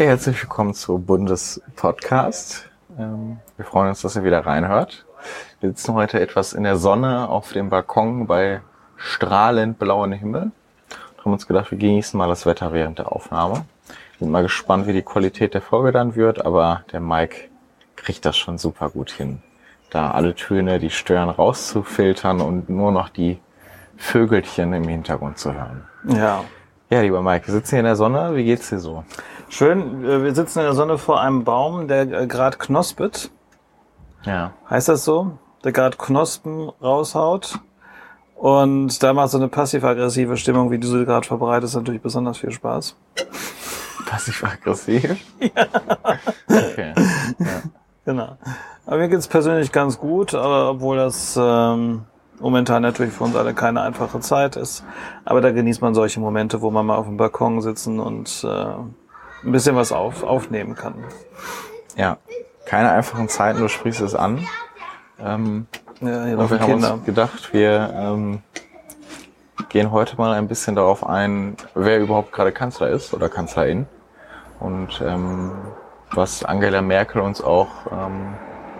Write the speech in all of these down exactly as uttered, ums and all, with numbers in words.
Ja, herzlich willkommen zu Bundespodcast. Ähm, wir freuen uns, dass ihr wieder reinhört. Wir sitzen heute etwas in der Sonne auf dem Balkon bei strahlend blauem Himmel und haben uns gedacht, wir genießen mal das Wetter während der Aufnahme. Sind mal gespannt, wie die Qualität der Folge dann wird, aber der Mike kriegt das schon super gut hin, da alle Töne, die stören, rauszufiltern und nur noch die Vögelchen im Hintergrund zu hören. Ja. Ja, lieber Mike, wir sitzen hier in der Sonne. Wie geht's dir so? Schön, wir sitzen in der Sonne vor einem Baum, der gerade knospet. Ja. Heißt das so? Der gerade Knospen raushaut. Und da macht so eine passiv-aggressive Stimmung, wie du sie gerade verbreitest, natürlich besonders viel Spaß. Passiv-aggressiv? Ja. Okay. Ja. Genau. Aber mir geht's persönlich ganz gut, aber obwohl das ähm, momentan natürlich für uns alle keine einfache Zeit ist. Aber da genießt man solche Momente, wo man mal auf dem Balkon sitzen und äh, ein bisschen was auf, aufnehmen kann. Ja, keine einfachen Zeiten, du sprichst es an. Ähm, ja, hier und wir haben Kinder. uns gedacht, wir ähm, gehen heute mal ein bisschen darauf ein, wer überhaupt gerade Kanzler ist oder Kanzlerin. Und ähm, was Angela Merkel uns auch, ähm,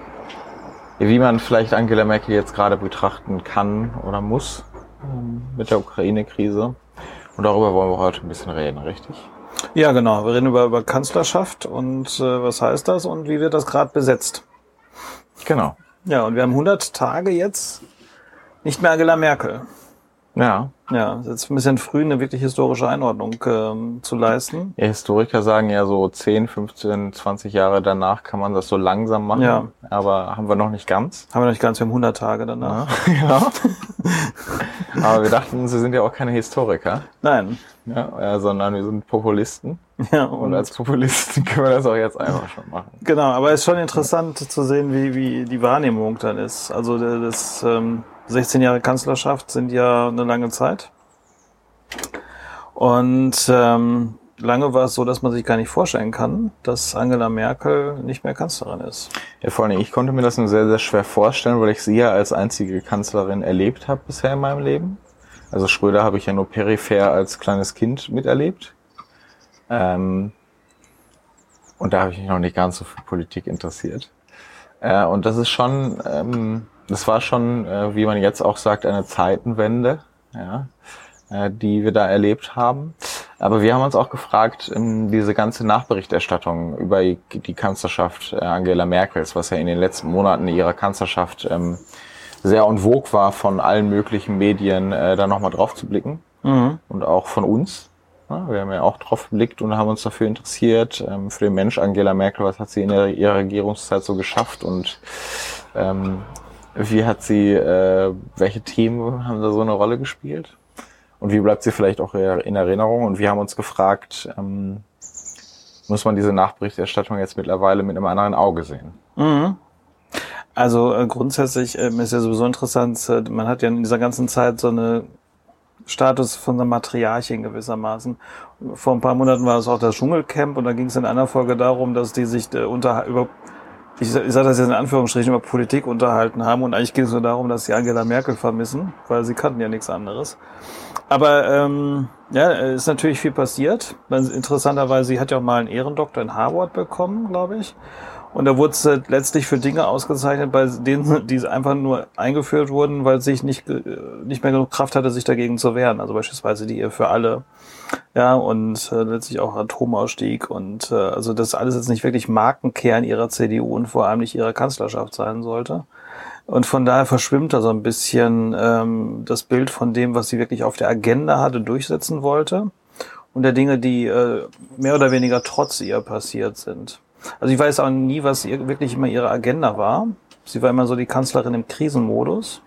wie man vielleicht Angela Merkel jetzt gerade betrachten kann oder muss ähm, mit der Ukraine-Krise. Und darüber wollen wir heute ein bisschen reden, richtig? Ja, genau. Wir reden über, über Kanzlerschaft und äh, was heißt das und wie wird das gerade besetzt. Genau. Ja, und wir haben hundert Tage jetzt nicht mehr Angela Merkel. Ja. Ja, ist jetzt ein bisschen früh, eine wirklich historische Einordnung ähm, zu leisten. Ja, Historiker sagen ja so zehn, fünfzehn, zwanzig Jahre danach kann man das so langsam machen. Ja. Aber haben wir noch nicht ganz. Haben wir noch nicht ganz, wir haben hundert Tage danach. Ja. Genau. Aber wir dachten, Sie sind ja auch keine Historiker. Nein. Ja, ja, sondern wir sind Populisten. Ja, und, und als Populisten können wir das auch jetzt einfach schon machen. Genau, aber es ist schon interessant zu sehen, wie, wie die Wahrnehmung dann ist. Also das ähm, sechzehn Jahre Kanzlerschaft sind ja eine lange Zeit. Und ähm, lange war es so, dass man sich gar nicht vorstellen kann, dass Angela Merkel nicht mehr Kanzlerin ist. Ja, vor allem, ich konnte mir das nur sehr, sehr schwer vorstellen, weil ich sie ja als einzige Kanzlerin erlebt habe bisher in meinem Leben. Also Schröder habe ich ja nur peripher als kleines Kind miterlebt. Ähm, und da habe ich mich noch nicht ganz so für Politik interessiert. Äh, und das ist schon, ähm, das war schon, äh, wie man jetzt auch sagt, eine Zeitenwende, ja, äh, die wir da erlebt haben. Aber wir haben uns auch gefragt, ähm, diese ganze Nachberichterstattung über die Kanzlerschaft äh, Angela Merkels, was ja in den letzten Monaten ihrer Kanzlerschaft ähm, sehr en vogue war, von allen möglichen Medien äh, da nochmal drauf zu blicken. Mhm. Und auch von uns. Ja, wir haben ja auch drauf geblickt und haben uns dafür interessiert, ähm, für den Mensch Angela Merkel, was hat sie in der, ihrer Regierungszeit so geschafft und ähm, wie hat sie, äh, welche Themen haben da so eine Rolle gespielt? Und wie bleibt sie vielleicht auch in Erinnerung? Und wir haben uns gefragt, ähm, muss man diese Nachberichterstattung jetzt mittlerweile mit einem anderen Auge sehen? Mhm. Also äh, grundsätzlich äh, ist ja sowieso interessant, äh, man hat ja in dieser ganzen Zeit so eine Status von einer Matriarchin gewissermaßen. Vor ein paar Monaten war es auch das Dschungelcamp und da ging es in einer Folge darum, dass die sich äh, unter über ich, ich sage das jetzt in Anführungsstrichen, über Politik unterhalten haben und eigentlich ging es nur darum, dass sie Angela Merkel vermissen, weil sie kannten ja nichts anderes. Aber ähm, ja, ist natürlich viel passiert. Interessanterweise, sie hat ja auch mal einen Ehrendoktor in Harvard bekommen, glaube ich. Und da wurde sie letztlich für Dinge ausgezeichnet, bei denen die einfach nur eingeführt wurden, weil sie nicht nicht mehr genug Kraft hatte, sich dagegen zu wehren. Also beispielsweise die Ehe für alle, ja, und äh, letztlich auch Atomausstieg und äh, also das alles jetzt nicht wirklich Markenkern ihrer C D U und vor allem nicht ihrer Kanzlerschaft sein sollte. Und von daher verschwimmt da so ein bisschen ähm, das Bild von dem, was sie wirklich auf der Agenda hatte, durchsetzen wollte und der Dinge, die äh, mehr oder weniger trotz ihr passiert sind. Also ich weiß auch nie, was ihr wirklich immer ihre Agenda war. Sie war immer so die Kanzlerin im Krisenmodus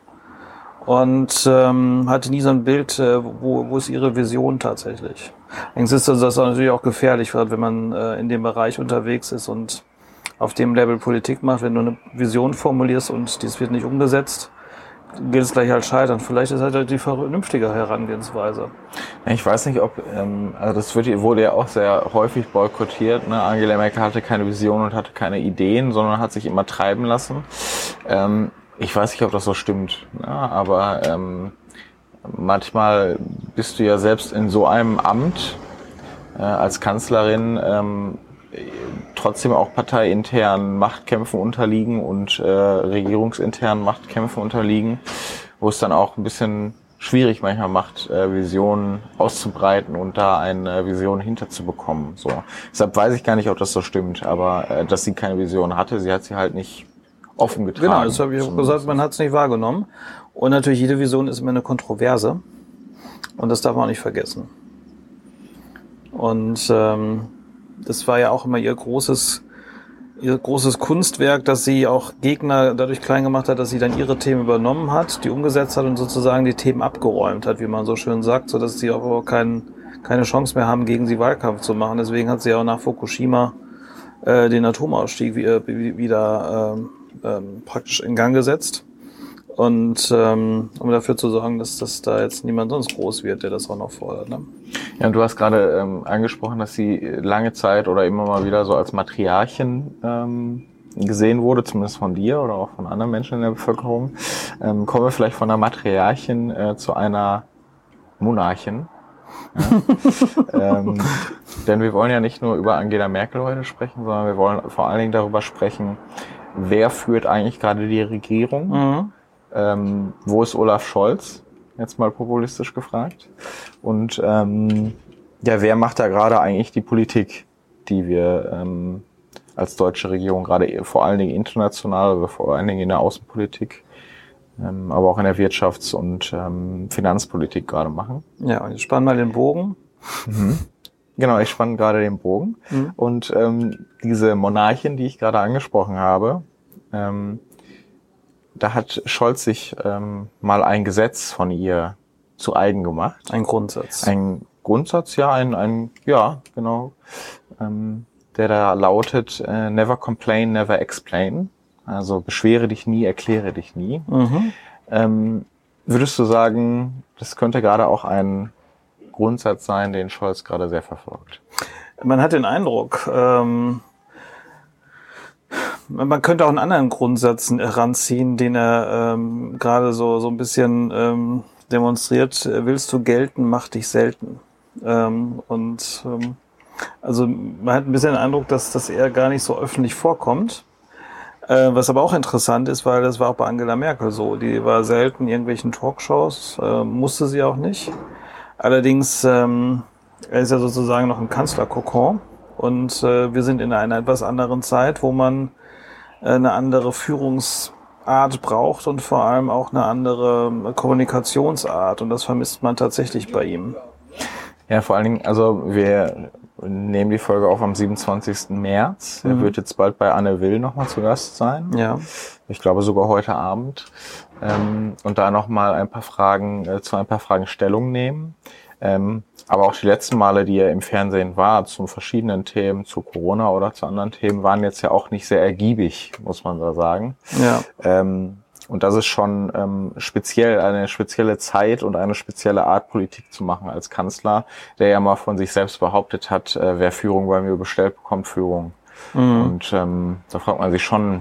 und ähm, hatte nie so ein Bild, äh, wo, wo ist ihre Vision tatsächlich. Allerdings ist das natürlich auch gefährlich, wenn man äh, in dem Bereich unterwegs ist und auf dem Level Politik macht. Wenn du eine Vision formulierst und dies wird nicht umgesetzt, geht es gleich halt scheitern. Vielleicht ist halt die vernünftige Herangehensweise. Ich weiß nicht, ob, ähm, also das wird, wurde ja auch sehr häufig boykottiert. Ne? Angela Merkel hatte keine Vision und hatte keine Ideen, sondern hat sich immer treiben lassen. Ähm, ich weiß nicht, ob das so stimmt, ne? Aber ähm, manchmal bist du ja selbst in so einem Amt äh, als Kanzlerin, ähm, trotzdem auch parteiinternen Machtkämpfen unterliegen und äh, regierungsinternen Machtkämpfen unterliegen, wo es dann auch ein bisschen schwierig manchmal macht, äh, Visionen auszubreiten und da eine Vision hinterzubekommen. So. Deshalb weiß ich gar nicht, ob das so stimmt, aber äh, dass sie keine Vision hatte, sie hat sie halt nicht offen getragen. Genau, das habe ich auch gesagt, man hat es nicht wahrgenommen. Und natürlich, jede Vision ist immer eine Kontroverse. Und das darf man auch nicht vergessen. Und ähm, das war ja auch immer ihr großes, ihr großes Kunstwerk, dass sie auch Gegner dadurch klein gemacht hat, dass sie dann ihre Themen übernommen hat, die umgesetzt hat und sozusagen die Themen abgeräumt hat, wie man so schön sagt, sodass sie auch kein, keine Chance mehr haben, gegen sie Wahlkampf zu machen. Deswegen hat sie auch nach Fukushima äh, den Atomausstieg wieder, wieder ähm, ähm, praktisch in Gang gesetzt. Und ähm, um dafür zu sorgen, dass das da jetzt niemand sonst groß wird, der das auch noch fordert. Ne? Ja, und du hast gerade ähm, angesprochen, dass sie lange Zeit oder immer mal wieder so als Matriarchin ähm, gesehen wurde, zumindest von dir oder auch von anderen Menschen in der Bevölkerung. Ähm, kommen wir vielleicht von einer Matriarchin äh, zu einer Monarchin. Ja? ähm, denn wir wollen ja nicht nur über Angela Merkel heute sprechen, sondern wir wollen vor allen Dingen darüber sprechen, wer führt eigentlich gerade die Regierung. Mhm. Ähm, wo ist Olaf Scholz? Jetzt mal populistisch gefragt. Und ähm, ja, wer macht da gerade eigentlich die Politik, die wir ähm, als deutsche Regierung gerade vor allen Dingen international, also vor allen Dingen in der Außenpolitik, ähm, aber auch in der Wirtschafts- und ähm, Finanzpolitik gerade machen? Ja, und ich spann mal den Bogen. Mhm. Genau, ich spanne gerade den Bogen. Mhm. Und ähm, diese Monarchin, die ich gerade angesprochen habe, ähm, da hat Scholz sich ähm, mal ein Gesetz von ihr zu eigen gemacht. Ein Grundsatz. Ein Grundsatz, ja, ein, ein ja, genau, ähm, der da lautet, äh, never complain, never explain. Also beschwere dich nie, erkläre dich nie. Mhm. Ähm, würdest du sagen, das könnte gerade auch ein Grundsatz sein, den Scholz gerade sehr verfolgt? Man hat den Eindruck, ähm, man könnte auch einen anderen Grundsatz heranziehen, den er ähm, gerade so so ein bisschen ähm, demonstriert. Willst du gelten, mach dich selten. Ähm, und ähm, also man hat ein bisschen den Eindruck, dass das eher gar nicht so öffentlich vorkommt. Äh, was aber auch interessant ist, weil das war auch bei Angela Merkel so. Die war selten in irgendwelchen Talkshows, äh, musste sie auch nicht. Allerdings ähm, er ist ja sozusagen noch im Kanzlerkokon und äh, wir sind in einer etwas anderen Zeit, wo man eine andere Führungsart braucht und vor allem auch eine andere Kommunikationsart. Und das vermisst man tatsächlich bei ihm. Ja, vor allen Dingen, also wir nehmen die Folge auf am siebenundzwanzigsten März. Mhm. Er wird jetzt bald bei Anne Will nochmal zu Gast sein. Ja. Ich glaube sogar heute Abend. Ähm, und da nochmal ein paar Fragen, äh, zu ein paar Fragen Stellung nehmen. Ähm, aber auch die letzten Male, die er im Fernsehen war, zu verschiedenen Themen, zu Corona oder zu anderen Themen, waren jetzt ja auch nicht sehr ergiebig, muss man da sagen. Ja. Ähm, und das ist schon ähm, speziell, eine spezielle Zeit und eine spezielle Art, Politik zu machen als Kanzler, der ja mal von sich selbst behauptet hat, äh, wer Führung bei mir bestellt, bekommt Führung. Mhm. Und ähm, da fragt man sich schon,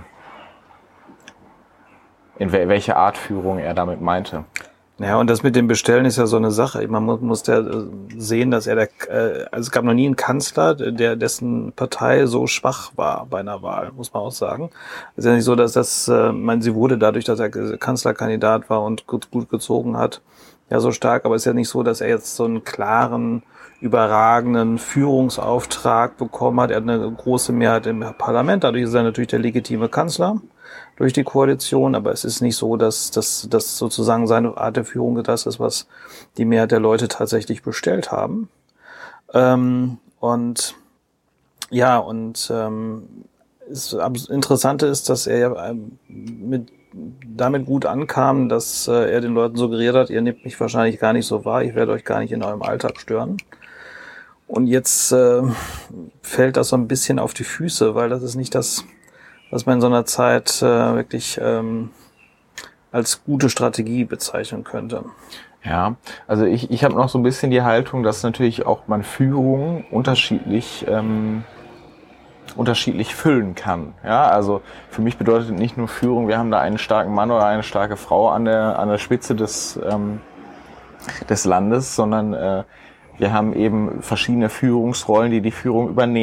in wel- welche Art Führung er damit meinte. Ja, und das mit dem Bestellen ist ja so eine Sache. Man muss, muss ja sehen, dass er der, äh, also es gab noch nie einen Kanzler, der dessen Partei so schwach war bei einer Wahl, muss man auch sagen. Es ist ja nicht so, dass das, äh, man, sie wurde dadurch, dass er Kanzlerkandidat war und gut, gut gezogen hat, ja so stark. Aber es ist ja nicht so, dass er jetzt so einen klaren, überragenden Führungsauftrag bekommen hat. Er hat eine große Mehrheit im Parlament, dadurch ist er natürlich der legitime Kanzler durch die Koalition, aber es ist nicht so, dass dass, dass sozusagen seine Art der Führung das ist, was die Mehrheit der Leute tatsächlich bestellt haben. Ähm, und ja, und ähm, das Interessante ist, dass er ja mit, damit gut ankam, dass äh, er den Leuten suggeriert hat, ihr nehmt mich wahrscheinlich gar nicht so wahr, ich werde euch gar nicht in eurem Alltag stören. Und jetzt äh, fällt das so ein bisschen auf die Füße, weil das ist nicht das, was man in so einer Zeit äh, wirklich ähm, als gute Strategie bezeichnen könnte. Ja, also ich, ich habe noch so ein bisschen die Haltung, dass natürlich auch man Führung unterschiedlich ähm, unterschiedlich füllen kann. Ja, also für mich bedeutet nicht nur Führung, wir haben da einen starken Mann oder eine starke Frau an der an der Spitze des ähm, des Landes, sondern äh, wir haben eben verschiedene Führungsrollen, die die Führung übernehmen.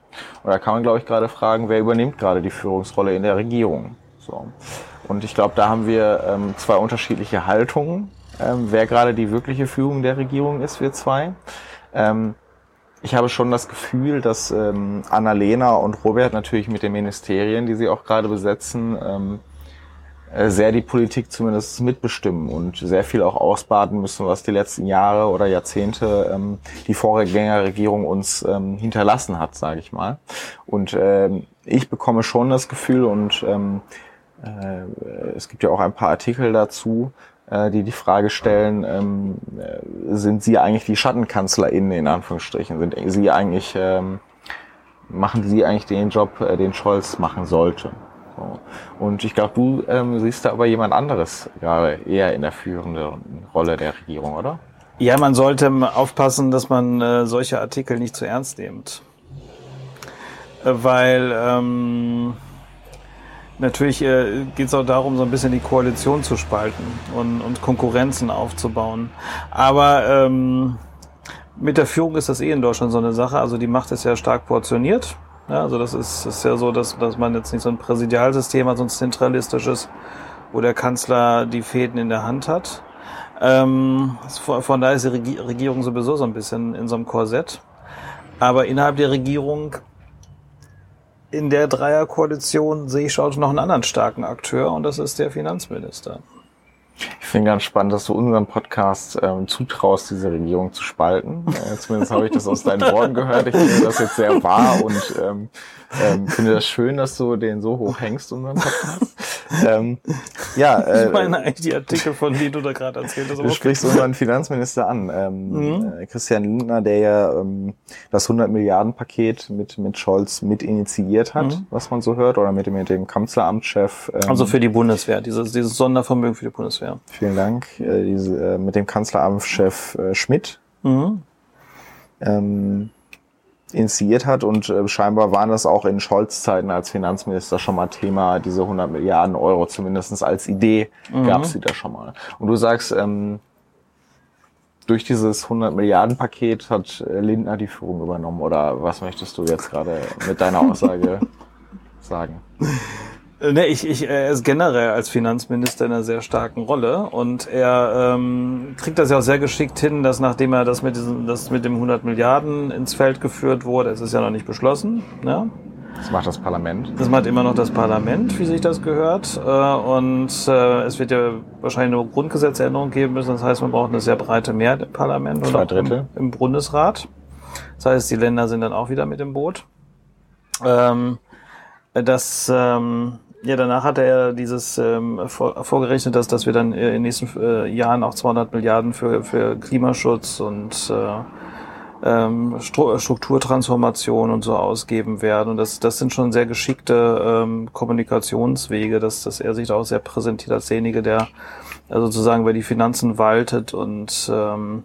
Und da kann man, glaube ich, gerade fragen, wer übernimmt gerade die Führungsrolle in der Regierung. So. Und ich glaube, da haben wir ähm, zwei unterschiedliche Haltungen, ähm, wer gerade die wirkliche Führung der Regierung ist, wir zwei. Ähm, ich habe schon das Gefühl, dass ähm, Annalena und Robert natürlich mit den Ministerien, die sie auch gerade besetzen, ähm, sehr die Politik zumindest mitbestimmen und sehr viel auch ausbaden müssen, was die letzten Jahre oder Jahrzehnte ähm, die Vorgängerregierung uns ähm, hinterlassen hat, sage ich mal. Und ähm, ich bekomme schon das Gefühl, und ähm, äh, es gibt ja auch ein paar Artikel dazu, äh, die die Frage stellen, ähm, sind Sie eigentlich die Schattenkanzlerin in Anführungsstrichen? Sind Sie eigentlich, ähm, machen Sie eigentlich den Job, äh, den Scholz machen sollte? Und ich glaube, du ähm, siehst da aber jemand anderes gerade eher in der führenden Rolle der Regierung, oder? Ja, man sollte aufpassen, dass man äh, solche Artikel nicht zu ernst nimmt. Äh, weil ähm, natürlich äh, geht es auch darum, so ein bisschen die Koalition zu spalten und, und Konkurrenzen aufzubauen. Aber ähm, mit der Führung ist das eh in Deutschland so eine Sache. Also die Macht ist ja stark portioniert. Ja, also das ist, ist ja so, dass, dass man jetzt nicht so ein Präsidialsystem hat, so ein zentralistisches, wo der Kanzler die Fäden in der Hand hat. Ähm, von, von daher ist die Regi- Regierung sowieso so ein bisschen in so einem Korsett. Aber innerhalb der Regierung, in der Dreierkoalition, sehe ich schon noch einen anderen starken Akteur, und das ist der Finanzminister. Ich finde ganz spannend, dass du unserem Podcast ähm, zutraust, diese Regierung zu spalten. Äh, zumindest habe ich das aus deinen Worten gehört. Ich finde das jetzt sehr wahr und ähm, ähm, finde das schön, dass du den so hoch hängst, unseren Podcast. Ähm, ja, äh, ich meine eigentlich die Artikel, von denen du da gerade erzählt hast. Du sprichst unseren Finanzminister an. Ähm, mhm. äh, Christian Lindner, der ja ähm, das hundert Milliarden Paket mit mit Scholz mit initiiert hat, mhm. was man so hört, oder mit dem, mit dem Kanzleramtschef. Ähm, also für die Bundeswehr, dieses, dieses Sondervermögen für die Bundeswehr. Vielen Dank. Äh, diese, äh, mit dem Kanzleramtschef äh, Schmidt. Mhm. Ähm, initiiert hat, und äh, scheinbar waren das auch in Scholz Zeiten als Finanzminister schon mal Thema, diese hundert Milliarden Euro, zumindest als Idee mhm. gab es die da schon mal. Und du sagst, ähm, durch dieses hundert Milliarden Paket hat äh, Lindner die Führung übernommen, oder was möchtest du jetzt gerade mit deiner Aussage sagen? Ne, ich, ich, er ist generell als Finanzminister in einer sehr starken Rolle, und er ähm, kriegt das ja auch sehr geschickt hin, dass nachdem er das mit diesem, das mit dem hundert Milliarden ins Feld geführt wurde, es ist ja noch nicht beschlossen, ne? Das macht das Parlament. Das macht immer noch das Parlament, wie sich das gehört, äh, und äh, es wird ja wahrscheinlich eine Grundgesetzänderung geben müssen, das heißt, man braucht eine sehr breite Mehrheit im Parlament Zwei Drittel im, im Bundesrat. Das heißt, die Länder sind dann auch wieder mit im Boot. Ähm, das ähm, Ja, danach hat er dieses ähm, vor, vorgerechnet, dass, dass wir dann in den nächsten äh, Jahren auch zweihundert Milliarden für, für Klimaschutz und äh, ähm, Strukturtransformation und so ausgeben werden. Und das, das sind schon sehr geschickte ähm, Kommunikationswege, dass, dass er sich da auch sehr präsentiert als derjenige, der also sozusagen über die Finanzen waltet und ähm,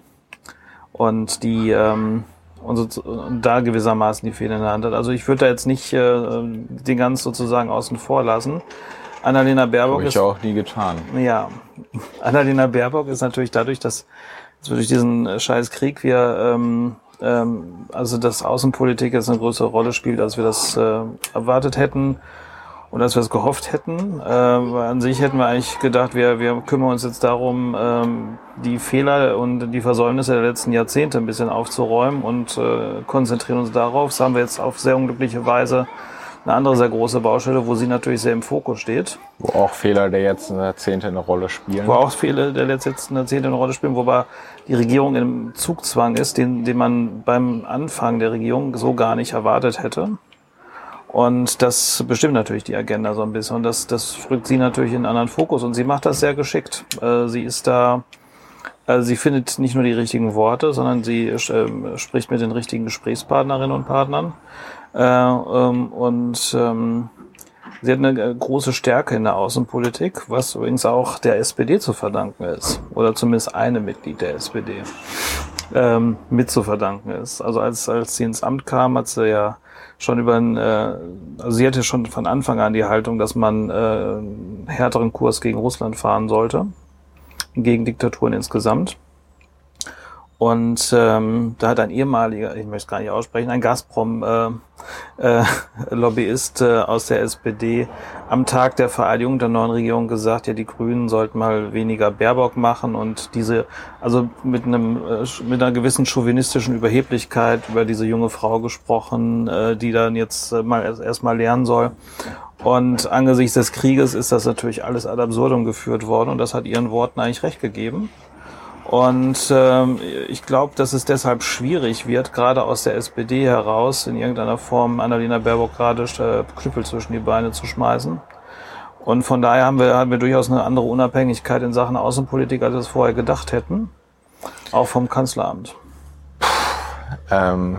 und die ähm, Und, so, und da gewissermaßen die Fäden in der Hand hat. Also ich würde da jetzt nicht äh, den ganz sozusagen außen vor lassen. Annalena Baerbock ist... Habe ich auch nie getan. Ja, Annalena Baerbock ist natürlich dadurch, dass, dass wir durch diesen scheiß Krieg wir, ähm, ähm, also dass Außenpolitik jetzt eine größere Rolle spielt, als wir das äh, erwartet hätten und als wir es gehofft hätten. Äh, an sich hätten wir eigentlich gedacht, wir, wir kümmern uns jetzt darum, ähm, die Fehler und die Versäumnisse der letzten Jahrzehnte ein bisschen aufzuräumen und äh, konzentrieren uns darauf. Das haben wir jetzt auf sehr unglückliche Weise eine andere sehr große Baustelle, wo sie natürlich sehr im Fokus steht. Wo auch Fehler der letzten Jahrzehnte eine Rolle spielen. Wo auch Fehler der letzten Jahrzehnte eine Rolle spielen, wobei die Regierung im Zugzwang ist, den, den man beim Anfang der Regierung so gar nicht erwartet hätte. Und das bestimmt natürlich die Agenda so ein bisschen. Und das, das rückt sie natürlich in einen anderen Fokus. Und sie macht das sehr geschickt. Äh, sie ist da, äh, sie findet nicht nur die richtigen Worte, sondern sie äh, spricht mit den richtigen Gesprächspartnerinnen und Partnern. Äh, ähm, und ähm, sie hat eine große Stärke in der Außenpolitik, was übrigens auch der S P D zu verdanken ist. Oder zumindest einem Mitglied der S P D ähm, mit zu verdanken ist. Also als, als sie ins Amt kam, hat sie ja schon über ein, äh, also sie hatte schon von Anfang an die Haltung, dass man äh, einen härteren Kurs gegen Russland fahren sollte, gegen Diktaturen insgesamt. Und ähm, da hat ein ehemaliger, ich möchte es gar nicht aussprechen, ein Gazprom äh, äh, Lobbyist äh, aus der S P D am Tag der Vereidigung der neuen Regierung gesagt, ja, die Grünen sollten mal weniger Baerbock machen und diese, also mit einem äh, mit einer gewissen chauvinistischen Überheblichkeit über diese junge Frau gesprochen, äh, die dann jetzt äh, mal erst, erst mal lernen soll. Und angesichts des Krieges ist das natürlich alles ad absurdum geführt worden und das hat ihren Worten eigentlich recht gegeben. Und ähm, ich glaube, dass es deshalb schwierig wird, gerade aus der S P D heraus in irgendeiner Form Annalena Baerbock gerade äh, Knüppel zwischen die Beine zu schmeißen. Und von daher haben wir, haben wir durchaus eine andere Unabhängigkeit in Sachen Außenpolitik, als wir es vorher gedacht hätten. Auch vom Kanzleramt. Ähm,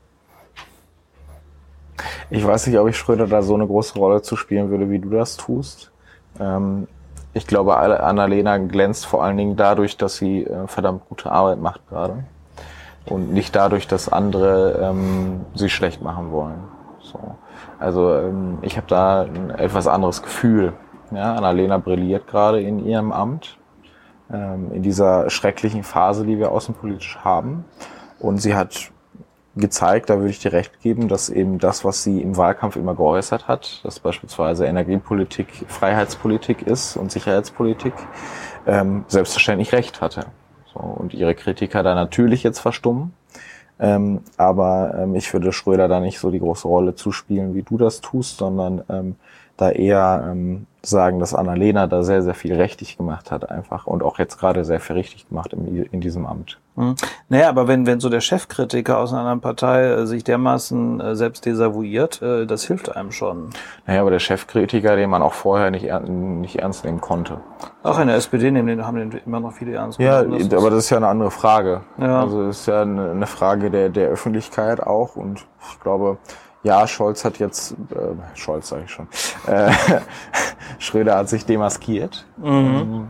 ich weiß nicht, ob ich Schröder da so eine große Rolle zu spielen würde, wie du das tust. Ähm, ich glaube, Annalena glänzt vor allen Dingen dadurch, dass sie äh, verdammt gute Arbeit macht gerade. Und nicht dadurch, dass andere ähm, sie schlecht machen wollen. So. Also ähm, ich habe da ein etwas anderes Gefühl. Ja, Annalena brilliert gerade in ihrem Amt, ähm, in dieser schrecklichen Phase, die wir außenpolitisch haben. Und sie hat gezeigt, da würde ich dir recht geben, dass eben das, was sie im Wahlkampf immer geäußert hat, dass beispielsweise Energiepolitik Freiheitspolitik ist und Sicherheitspolitik, ähm, selbstverständlich recht hatte. So, und ihre Kritiker da natürlich jetzt verstummen. Ähm, aber ähm, ich würde Schröder da nicht so die große Rolle zuspielen, wie du das tust, sondern ähm, da eher ähm, sagen, dass Annalena da sehr, sehr viel richtig gemacht hat einfach und auch jetzt gerade sehr viel richtig gemacht im, in diesem Amt. Hm. Naja, aber wenn wenn so der Chefkritiker aus einer anderen Partei äh, sich dermaßen äh, selbst desavouiert, äh, das hilft einem schon. Naja, aber der Chefkritiker, den man auch vorher nicht, er, nicht ernst nehmen konnte. Auch in der S P D nehmen den, haben den immer noch viele ernst genommen. Ja, das aber das ist ja eine andere Frage. Ja. Also es ist ja eine, eine Frage der, der Öffentlichkeit auch und ich glaube, ja, Scholz hat jetzt, äh, Scholz sage ich schon, äh, Schröder hat sich demaskiert. Mhm.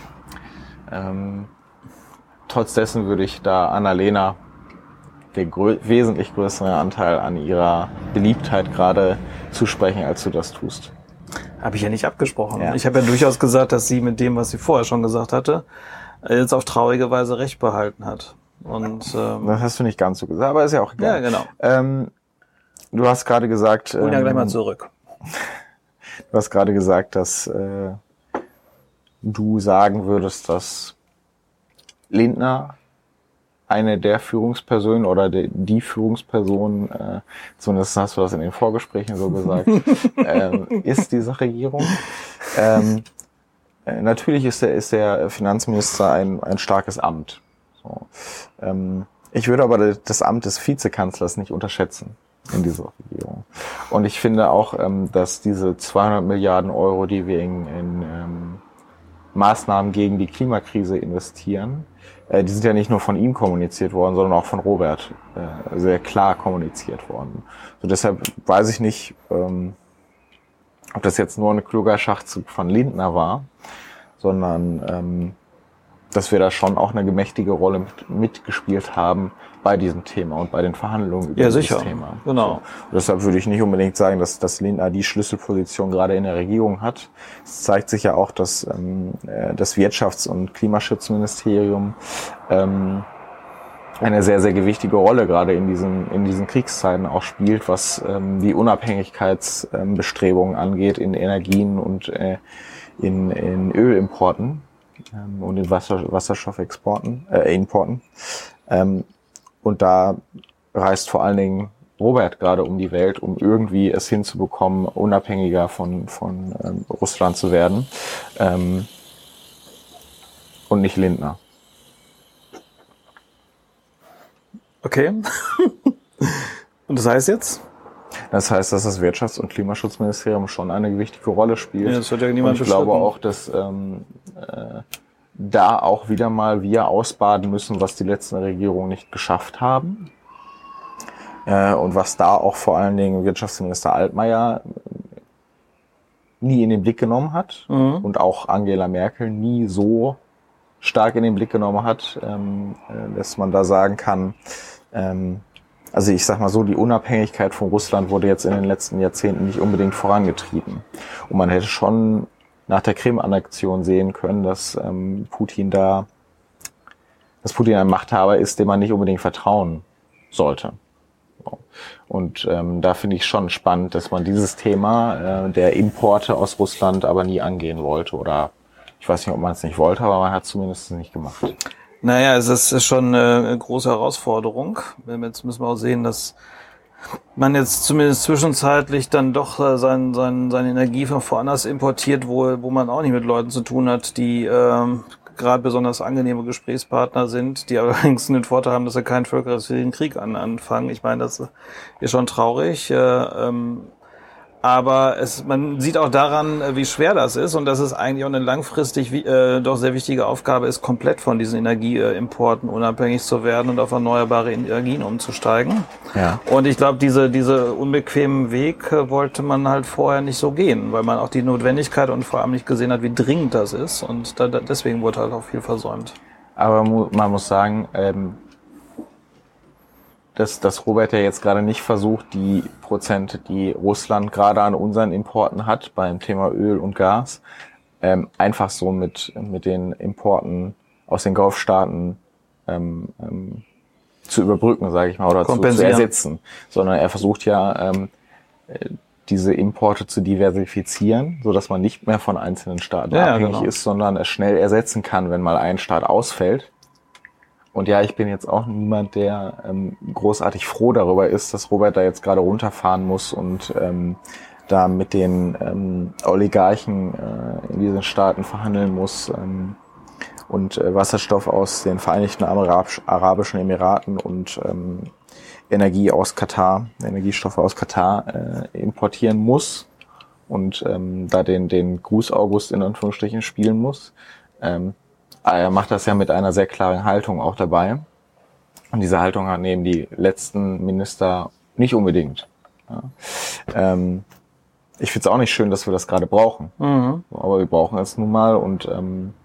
Ähm, trotz dessen würde ich da Annalena den grö- wesentlich größeren Anteil an ihrer Beliebtheit gerade zusprechen, als du das tust. Habe ich ja nicht abgesprochen. Ja. Ich habe ja durchaus gesagt, dass sie mit dem, was sie vorher schon gesagt hatte, jetzt auf traurige Weise recht behalten hat. Und ähm, das hast du nicht ganz so gesagt, aber ist ja auch egal. Ja, genau. Ähm, Du hast gerade gesagt, Hol ja ähm, gleich mal zurück. Du hast gerade gesagt, dass äh, du sagen würdest, dass Lindner eine der Führungspersonen oder die, die Führungsperson, äh, zumindest hast du das in den Vorgesprächen so gesagt, ähm, ist dieser Regierung. Ähm, äh, natürlich ist der, ist der Finanzminister ein, ein starkes Amt. So. Ähm, ich würde aber das Amt des Vizekanzlers nicht unterschätzen in dieser Regierung. Und ich finde auch, ähm, dass diese zweihundert Milliarden Euro, die wir in, in ähm, Maßnahmen gegen die Klimakrise investieren, äh, die sind ja nicht nur von ihm kommuniziert worden, sondern auch von Robert äh, sehr klar kommuniziert worden. So deshalb weiß ich nicht, ähm, ob das jetzt nur ein kluger Schachzug von Lindner war, sondern ähm, dass wir da schon auch eine gemächtige Rolle mit, mitgespielt haben bei diesem Thema und bei den Verhandlungen über ja, dieses sicher. Thema. Genau. So. Deshalb würde ich nicht unbedingt sagen, dass, dass Lindner die Schlüsselposition gerade in der Regierung hat. Es zeigt sich ja auch, dass ähm, das Wirtschafts- und Klimaschutzministerium ähm, eine sehr, sehr gewichtige Rolle gerade in diesen, in diesen Kriegszeiten auch spielt, was ähm, die Unabhängigkeitsbestrebungen angeht in Energien und äh, in, in Ölimporten ähm, und in Wasser, Wasserstoffexporten, äh, Importen. Ähm, und da reist vor allen Dingen Robert gerade um die Welt, um irgendwie es hinzubekommen, unabhängiger von, von ähm, Russland zu werden. Ähm, und nicht Lindner. Okay. Und das heißt jetzt? Das heißt, dass das Wirtschafts- und Klimaschutzministerium schon eine gewichtige Rolle spielt. Ja, das wird ja niemand und ich glaube bestritten. auch, dass ähm, äh, da auch wieder mal wir ausbaden müssen, was die letzten Regierungen nicht geschafft haben. Äh, und was da auch vor allen Dingen Wirtschaftsminister Altmaier nie in den Blick genommen hat Mhm. und auch Angela Merkel nie so stark in den Blick genommen hat, ähm, äh, dass man da sagen kann, ähm, also ich sag mal so, die Unabhängigkeit von Russland wurde jetzt in den letzten Jahrzehnten nicht unbedingt vorangetrieben. Und man hätte schon nach der Krim-Annexion sehen können, dass ähm, Putin da, dass Putin ein Machthaber ist, dem man nicht unbedingt vertrauen sollte. Und ähm, da finde ich schon spannend, dass man dieses Thema äh, der Importe aus Russland aber nie angehen wollte. Oder ich weiß nicht, ob man es nicht wollte, aber man hat es zumindest nicht gemacht. Naja, es ist schon eine große Herausforderung. Jetzt müssen wir auch sehen, dass man jetzt zumindest zwischenzeitlich dann doch äh, sein, sein, seine Energie von woanders importiert, wo, wo man auch nicht mit Leuten zu tun hat, die ähm, gerade besonders angenehme Gesprächspartner sind, die allerdings den Vorteil haben, dass sie keinen völkerrechtlichen Krieg an, anfangen. Ich meine, das ist schon traurig. Äh, ähm, aber es, man sieht auch daran, wie schwer das ist und dass es eigentlich auch eine langfristig äh, doch sehr wichtige Aufgabe ist, komplett von diesen Energieimporten unabhängig zu werden und auf erneuerbare Energien umzusteigen. Ja. Und ich glaube, diese diese unbequemen Weg äh, wollte man halt vorher nicht so gehen, weil man auch die Notwendigkeit und vor allem nicht gesehen hat, wie dringend das ist. Und da, da, deswegen wurde halt auch viel versäumt. Aber mu- man muss sagen, ähm dass, dass Robert ja jetzt gerade nicht versucht, die Prozente, die Russland gerade an unseren Importen hat, beim Thema Öl und Gas, ähm, einfach so mit, mit den Importen aus den Golfstaaten ähm, ähm, zu überbrücken, sage ich mal, oder zu, zu ersetzen. Sondern er versucht ja, ähm, diese Importe zu diversifizieren, so dass man nicht mehr von einzelnen Staaten ja, abhängig genau. ist, sondern es schnell ersetzen kann, wenn mal ein Staat ausfällt. Und ja, ich bin jetzt auch niemand, der ähm, großartig froh darüber ist, dass Robert da jetzt gerade runterfahren muss und ähm, da mit den ähm, Oligarchen äh, in diesen Staaten verhandeln muss ähm, und äh, Wasserstoff aus den Vereinigten Arab- Arabischen Emiraten und ähm, Energie aus Katar, Energiestoffe aus Katar äh, importieren muss und ähm, da den den Gruß August in Anführungsstrichen spielen muss. Ähm, Er macht das ja mit einer sehr klaren Haltung auch dabei. Und diese Haltung nehmen die letzten Minister nicht unbedingt. Ja. Ähm, ich finde es auch nicht schön, dass wir das gerade brauchen. Mhm. Aber wir brauchen es nun mal. Und ähm,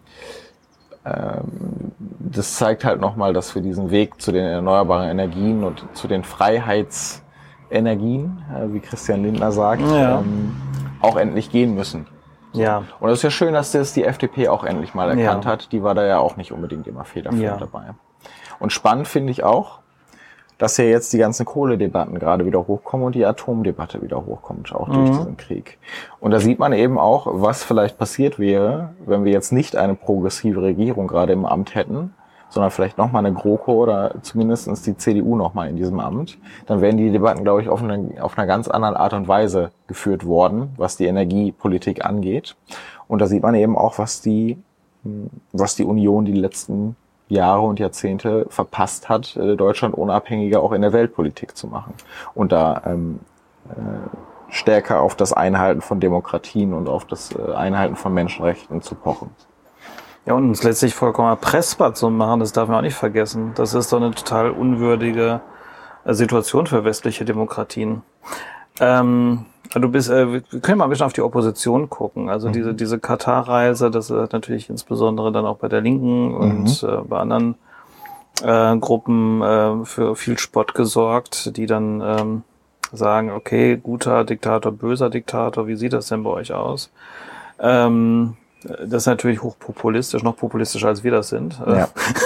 ähm, das zeigt halt nochmal, dass wir diesen Weg zu den erneuerbaren Energien und zu den Freiheitsenergien, äh, wie Christian Lindner sagt, ja. ähm, auch endlich gehen müssen. So. Ja. Und es ist ja schön, dass das die F D P auch endlich mal erkannt ja. hat. Die war da ja auch nicht unbedingt immer federführend ja. dabei. Und spannend finde ich auch, dass ja jetzt die ganzen Kohledebatten gerade wieder hochkommen und die Atomdebatte wieder hochkommt, auch durch mhm. diesen Krieg. Und da sieht man eben auch, was vielleicht passiert wäre, wenn wir jetzt nicht eine progressive Regierung gerade im Amt hätten, sondern vielleicht nochmal eine GroKo oder zumindestens die C D U nochmal in diesem Amt, dann wären die Debatten, glaube ich, auf, eine, auf einer ganz anderen Art und Weise geführt worden, was die Energiepolitik angeht. Und da sieht man eben auch, was die, was die Union die letzten Jahre und Jahrzehnte verpasst hat, Deutschland unabhängiger auch in der Weltpolitik zu machen. Und da ähm, äh, stärker auf das Einhalten von Demokratien und auf das äh, Einhalten von Menschenrechten zu pochen. Ja, und uns letztlich vollkommen erpressbar zu machen, das darf man auch nicht vergessen. Das ist doch eine total unwürdige Situation für westliche Demokratien. Ähm, du bist, äh, wir können mal ein bisschen auf die Opposition gucken. Also mhm. diese diese Katar-Reise, das ist natürlich insbesondere dann auch bei der Linken und mhm. äh, bei anderen äh, Gruppen äh, für viel Spott gesorgt, die dann ähm, sagen, okay, guter Diktator, böser Diktator, wie sieht das denn bei euch aus? Ähm, Das ist natürlich hochpopulistisch, noch populistischer als wir das sind. Ja.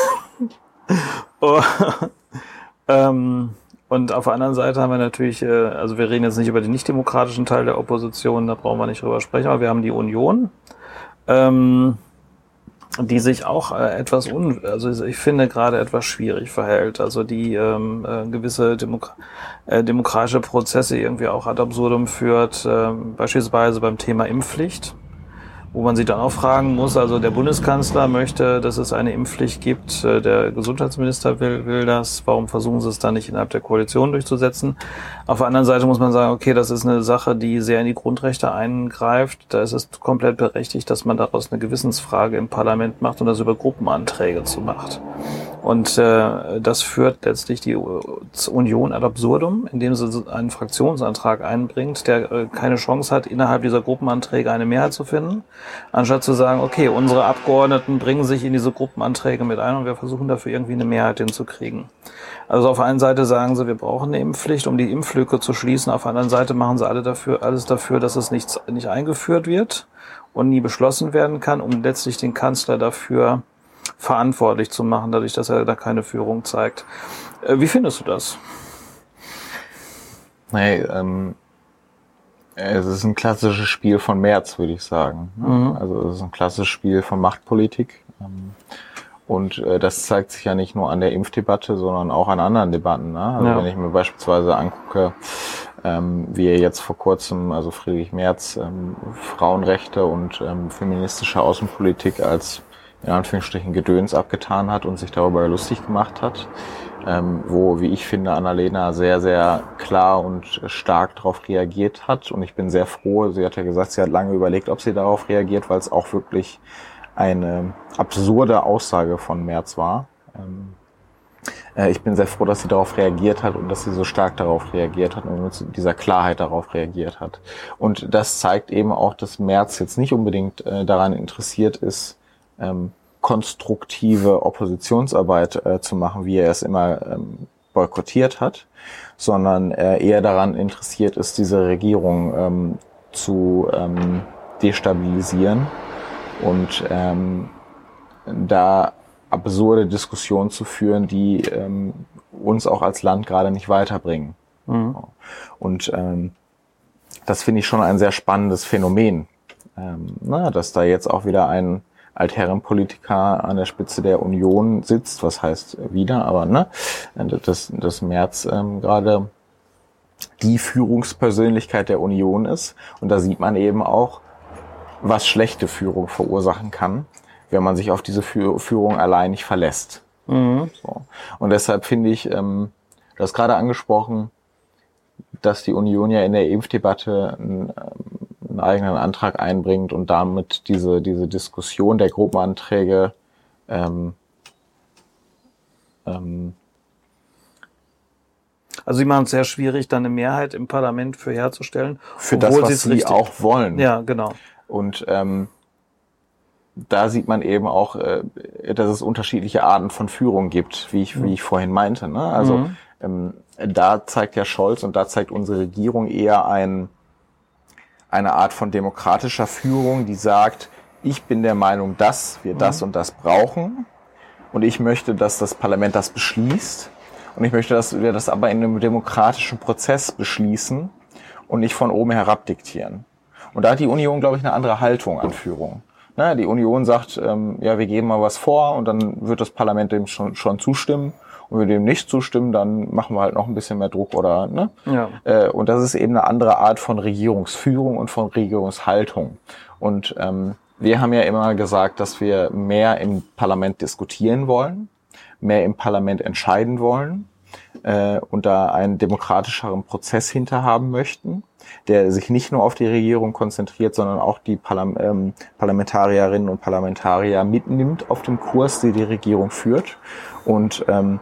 oh, ähm, und auf der anderen Seite haben wir natürlich, äh, also wir reden jetzt nicht über den nicht-demokratischen Teil der Opposition, da brauchen wir nicht drüber sprechen, aber wir haben die Union, ähm, die sich auch äh, etwas, un, also ich finde gerade etwas schwierig verhält, also die ähm, äh, gewisse Demok- äh, demokratische Prozesse irgendwie auch ad absurdum führt, äh, beispielsweise beim Thema Impfpflicht. Wo man sich dann auch fragen muss, also der Bundeskanzler möchte, dass es eine Impfpflicht gibt, der Gesundheitsminister will, will das, warum versuchen sie es dann nicht innerhalb der Koalition durchzusetzen? Auf der anderen Seite muss man sagen, okay, das ist eine Sache, die sehr in die Grundrechte eingreift, da ist es komplett berechtigt, dass man daraus eine Gewissensfrage im Parlament macht und das über Gruppenanträge zu macht. Und äh, das führt letztlich die Union ad absurdum, indem sie einen Fraktionsantrag einbringt, der äh, keine Chance hat, innerhalb dieser Gruppenanträge eine Mehrheit zu finden, anstatt zu sagen, okay, unsere Abgeordneten bringen sich in diese Gruppenanträge mit ein und wir versuchen dafür irgendwie eine Mehrheit hinzukriegen. Also auf der einen Seite sagen sie, wir brauchen eine Impfpflicht, um die Impflücke zu schließen, auf der anderen Seite machen sie alle dafür, alles dafür, dass es nicht, nicht eingeführt wird und nie beschlossen werden kann, um letztlich den Kanzler dafür verantwortlich zu machen, dadurch, dass er da keine Führung zeigt. Wie findest du das? Nee, ähm, es ist ein klassisches Spiel von Merz, würde ich sagen. Mhm. Also es ist ein klassisches Spiel von Machtpolitik. Und äh, das zeigt sich ja nicht nur an der Impfdebatte, sondern auch an anderen Debatten. Ne? Also Ja. wenn ich mir beispielsweise angucke, ähm, wie er jetzt vor kurzem, also Friedrich Merz, ähm, Frauenrechte und ähm, feministische Außenpolitik als in Anführungsstrichen Gedöns abgetan hat und sich darüber lustig gemacht hat, ähm, wo, wie ich finde, Annalena sehr, sehr klar und stark darauf reagiert hat. Und ich bin sehr froh, sie hat ja gesagt, sie hat lange überlegt, ob sie darauf reagiert, weil es auch wirklich eine absurde Aussage von Merz war. Ähm, äh, ich bin sehr froh, dass sie darauf reagiert hat und dass sie so stark darauf reagiert hat und mit dieser Klarheit darauf reagiert hat. Und das zeigt eben auch, dass Merz jetzt nicht unbedingt äh, daran interessiert ist, ähm, konstruktive Oppositionsarbeit äh, zu machen, wie er es immer ähm, boykottiert hat, sondern äh, eher daran interessiert ist, diese Regierung ähm, zu ähm, destabilisieren und ähm, da absurde Diskussionen zu führen, die ähm, uns auch als Land gerade nicht weiterbringen. Mhm. Und ähm, das finde ich schon ein sehr spannendes Phänomen, ähm, na, dass da jetzt auch wieder ein Altherrenpolitiker an der Spitze der Union sitzt, was heißt wieder, aber ne, dass, dass Merz ähm, gerade die Führungspersönlichkeit der Union ist. Und da sieht man eben auch, was schlechte Führung verursachen kann, wenn man sich auf diese Führung allein nicht verlässt. Mhm. So. Und deshalb finde ich, ähm, du hast gerade angesprochen, dass die Union ja in der Impfdebatte einen, einen eigenen Antrag einbringt und damit diese diese Diskussion der Gruppenanträge ähm, ähm, Also sie machen es sehr schwierig, dann eine Mehrheit im Parlament für herzustellen. für das, was sie richtig auch wollen. Ja, genau. Und ähm, da sieht man eben auch, äh, dass es unterschiedliche Arten von Führung gibt, wie ich, wie ich vorhin meinte. Ne? Also Mhm. ähm, da zeigt ja Scholz und da zeigt unsere Regierung eher ein, eine Art von demokratischer Führung, die sagt, ich bin der Meinung, dass wir das und das brauchen und ich möchte, dass das Parlament das beschließt und ich möchte, dass wir das aber in einem demokratischen Prozess beschließen und nicht von oben herab diktieren. Und da hat die Union, glaube ich, eine andere Haltung an Führung. Na, die Union sagt, ähm, ja, wir geben mal was vor und dann wird das Parlament dem schon, schon zustimmen. Und wenn wir dem nicht zustimmen, dann machen wir halt noch ein bisschen mehr Druck oder, ne? Ja. Äh, und das ist eben eine andere Art von Regierungsführung und von Regierungshaltung. Und ähm, wir haben ja immer gesagt, dass wir mehr im Parlament diskutieren wollen, mehr im Parlament entscheiden wollen äh, und da einen demokratischeren Prozess hinter haben möchten, der sich nicht nur auf die Regierung konzentriert, sondern auch die Parlam- ähm, Parlamentarierinnen und Parlamentarier mitnimmt auf dem Kurs, den die Regierung führt. Und ähm,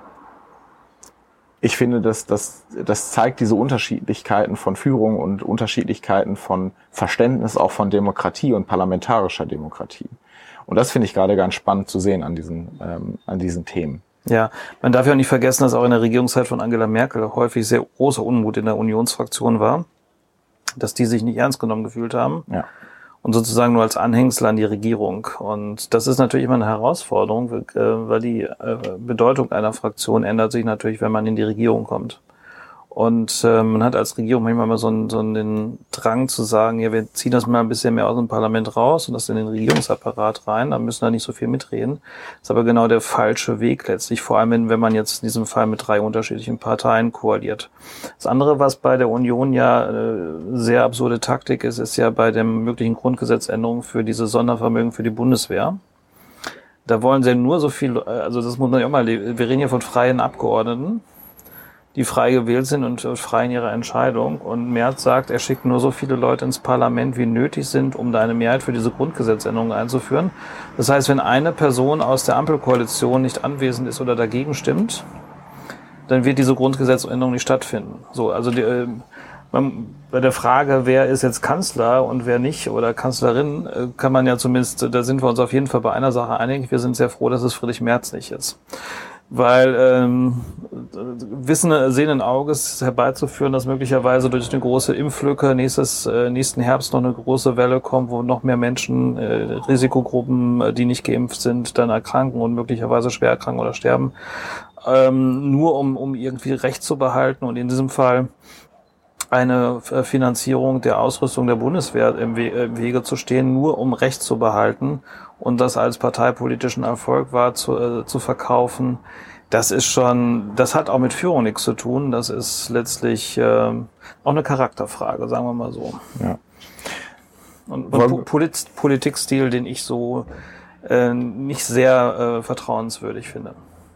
ich finde, dass das, das zeigt diese Unterschiedlichkeiten von Führung und Unterschiedlichkeiten von Verständnis auch von Demokratie und parlamentarischer Demokratie. Und das finde ich gerade ganz spannend zu sehen an diesen, ähm, an diesen Themen. Ja, man darf ja auch nicht vergessen, dass auch in der Regierungszeit von Angela Merkel häufig sehr großer Unmut in der Unionsfraktion war, dass die sich nicht ernst genommen gefühlt haben. Ja. Und sozusagen nur als Anhängsel an die Regierung. Und das ist natürlich immer eine Herausforderung, weil die Bedeutung einer Fraktion ändert sich natürlich, wenn man in die Regierung kommt. Und äh, man hat als Regierung manchmal mal so einen, so einen Drang zu sagen, ja, wir ziehen das mal ein bisschen mehr aus dem Parlament raus und das in den Regierungsapparat rein, dann müssen da nicht so viel mitreden. Das ist aber genau der falsche Weg letztlich, vor allem wenn man jetzt in diesem Fall mit drei unterschiedlichen Parteien koaliert. Das andere, was bei der Union ja äh, sehr absurde Taktik ist, ist ja bei der möglichen Grundgesetzänderung für diese Sondervermögen für die Bundeswehr. Da wollen sie nur so viel, also das muss man ja auch mal, wir reden hier von freien Abgeordneten, die frei gewählt sind und frei in ihrer Entscheidung. Und Merz sagt, er schickt nur so viele Leute ins Parlament, wie nötig sind, um da eine Mehrheit für diese Grundgesetzänderung einzuführen. Das heißt, wenn eine Person aus der Ampelkoalition nicht anwesend ist oder dagegen stimmt, dann wird diese Grundgesetzänderung nicht stattfinden. So, also die, äh, man, bei der Frage, wer ist jetzt Kanzler und wer nicht oder Kanzlerin, äh, kann man ja zumindest, da sind wir uns auf jeden Fall bei einer Sache einig. Wir sind sehr froh, dass es Friedrich Merz nicht ist. Weil ähm, Wissen, sehenden Auges herbeizuführen, dass möglicherweise durch eine große Impflücke nächstes, äh, nächsten Herbst noch eine große Welle kommt, wo noch mehr Menschen, äh, Risikogruppen, die nicht geimpft sind, dann erkranken und möglicherweise schwer erkranken oder sterben, ähm, nur um, um irgendwie Recht zu behalten. Und in diesem Fall eine Finanzierung der Ausrüstung der Bundeswehr im Wege zu stehen, nur um Recht zu behalten und das als parteipolitischen Erfolg war zu, äh, zu verkaufen. Das ist schon, das hat auch mit Führung nichts zu tun. Das ist letztlich äh, auch eine Charakterfrage, sagen wir mal so. Ja. Und, und Polit- Politikstil, den ich so äh, nicht sehr äh, vertrauenswürdig finde.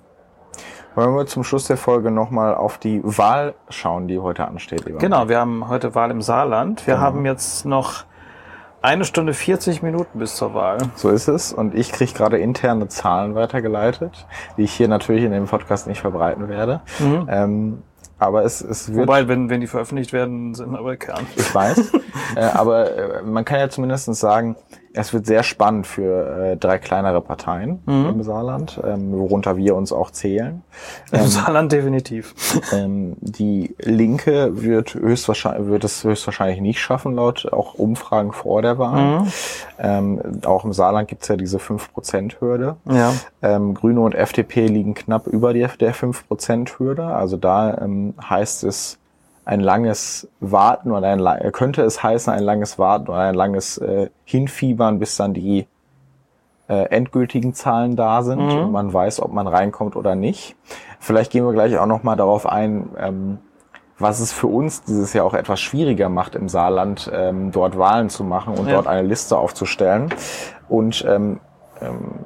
Wollen wir zum Schluss der Folge nochmal auf die Wahl schauen, die heute ansteht? Lieber Genau, wir haben heute Wahl im Saarland. Wir genau. haben jetzt noch eine Stunde vierzig Minuten bis zur Wahl. So ist es. Und ich kriege gerade interne Zahlen weitergeleitet, die ich hier natürlich in dem Podcast nicht verbreiten werde. Mhm. Ähm, aber es, es wird... Wobei, wenn, wenn die veröffentlicht werden, sind aber Kern. Ich weiß. äh, aber äh, man kann ja zumindest sagen, es wird sehr spannend für äh, drei kleinere Parteien mhm. im Saarland, ähm, worunter wir uns auch zählen. Im ähm, Saarland definitiv. Ähm, die Linke wird höchstwahrscheinlich wird es höchstwahrscheinlich nicht schaffen, laut auch Umfragen vor der Wahl. Mhm. Ähm, auch im Saarland gibt's ja diese fünf Prozent Hürde. Ja. Ähm, Grüne und F D P liegen knapp über die, der fünf Prozent Hürde. Also da ähm, heißt es, ein langes Warten oder ein könnte es heißen, ein langes Warten oder ein langes äh, Hinfiebern, bis dann die äh, endgültigen Zahlen da sind mhm. und man weiß, ob man reinkommt oder nicht. Vielleicht gehen wir gleich auch nochmal darauf ein, ähm, was es für uns dieses Jahr auch etwas schwieriger macht, im Saarland ähm, dort Wahlen zu machen und ja. dort eine Liste aufzustellen. Und ähm, ähm,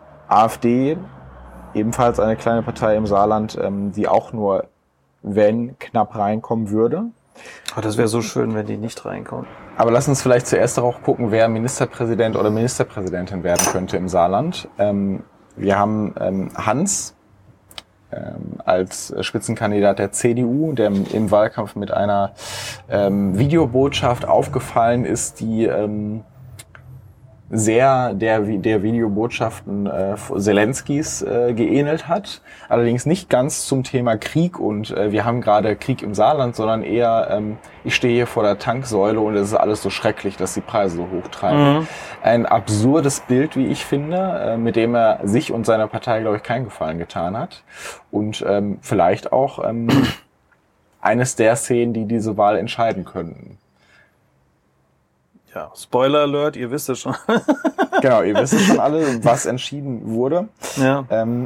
AfD, ebenfalls eine kleine Partei im Saarland, ähm, die auch nur wenn knapp reinkommen würde. Oh, das wäre so schön, wenn die nicht reinkommen. Aber lass uns vielleicht zuerst darauf gucken, wer Ministerpräsident oder Ministerpräsidentin werden könnte im Saarland. Ähm, wir haben ähm, Hans ähm, als Spitzenkandidat der C D U, der im, im Wahlkampf mit einer ähm, Videobotschaft aufgefallen ist, die ähm, sehr der, der Videobotschaften äh, Zelenskis äh, geähnelt hat. Allerdings nicht ganz zum Thema Krieg und äh, wir haben gerade Krieg im Saarland, sondern eher, ähm, ich stehe hier vor der Tanksäule und es ist alles so schrecklich, dass die Preise so hoch treiben. Mhm. Ein absurdes Bild, wie ich finde, äh, mit dem er sich und seiner Partei, glaube ich, keinen Gefallen getan hat. Und ähm, vielleicht auch ähm, eines der Szenen, die diese Wahl entscheiden könnten. Ja, Spoiler Alert, ihr wisst es schon. Genau, ihr wisst es schon alle, was entschieden wurde. Ja. Ähm,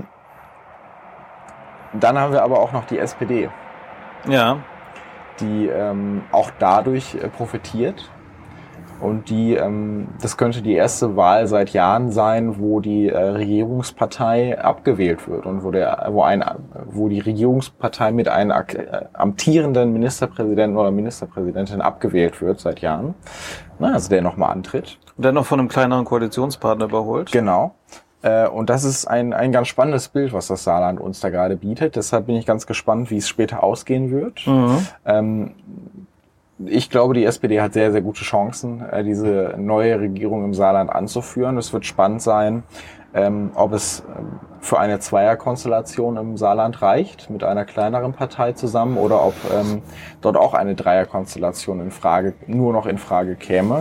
dann haben wir aber auch noch die S P D. Ja. Die ähm, auch dadurch äh, profitiert. Und die, ähm, das könnte die erste Wahl seit Jahren sein, wo die äh, Regierungspartei abgewählt wird und wo der, wo ein, wo die Regierungspartei mit einem äh, amtierenden Ministerpräsidenten oder Ministerpräsidentin abgewählt wird seit Jahren. Na, also der nochmal antritt. Und dann noch von einem kleineren Koalitionspartner überholt. Genau. Äh, und das ist ein, ein ganz spannendes Bild, was das Saarland uns da gerade bietet. Deshalb bin ich ganz gespannt, wie es später ausgehen wird. Mhm. Ähm, Ich glaube, die S P D hat sehr, sehr gute Chancen, diese neue Regierung im Saarland anzuführen. Es wird spannend sein, ob es für eine Zweierkonstellation im Saarland reicht, mit einer kleineren Partei zusammen, oder ob dort auch eine Dreierkonstellation in Frage, nur noch in Frage käme.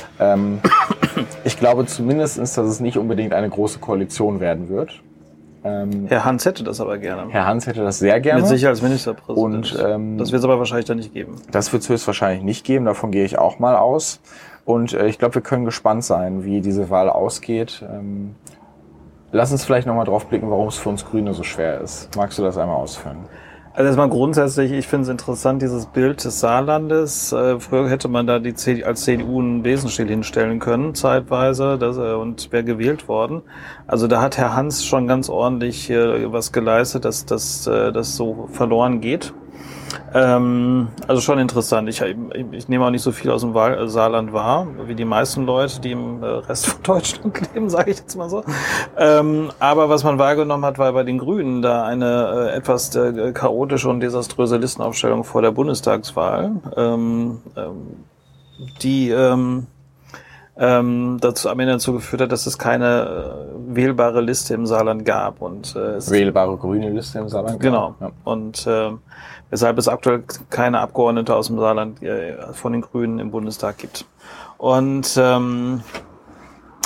Ich glaube zumindest, dass es nicht unbedingt eine große Koalition werden wird. Ähm, Herr Hans hätte das aber gerne. Herr Hans hätte das sehr gerne. Mit Sicherheit als Ministerpräsident. Und, ähm, das wird es aber wahrscheinlich dann nicht geben. Das wird es höchstwahrscheinlich nicht geben, davon gehe ich auch mal aus. Und äh, ich glaube, wir können gespannt sein, wie diese Wahl ausgeht. Ähm, lass uns vielleicht nochmal drauf blicken, warum es für uns Grüne so schwer ist. Magst du das einmal ausführen? Also erstmal grundsätzlich, ich finde es interessant, dieses Bild des Saarlandes. Äh, früher hätte man da die C D, als C D U einen Besenstiel hinstellen können, zeitweise, das, äh, und wäre gewählt worden. Also da hat Herr Hans schon ganz ordentlich äh, was geleistet, dass das äh, das so verloren geht. Ähm, also schon interessant. Ich, ich, ich nehme auch nicht so viel aus dem Wahl, Saarland wahr, wie die meisten Leute, die im Rest von Deutschland leben, sage ich jetzt mal so. Ähm, aber was man wahrgenommen hat, war bei den Grünen da eine äh, etwas äh, chaotische und desaströse Listenaufstellung vor der Bundestagswahl, ähm, ähm, die ähm, ähm, dazu am Ende dazu geführt hat, dass es keine äh, wählbare Liste im Saarland gab. Und äh, es wählbare grüne Liste im Saarland? Genau. Ja. Und äh, weshalb es aktuell keine Abgeordnete aus dem Saarland äh, von den Grünen im Bundestag gibt. Und ähm,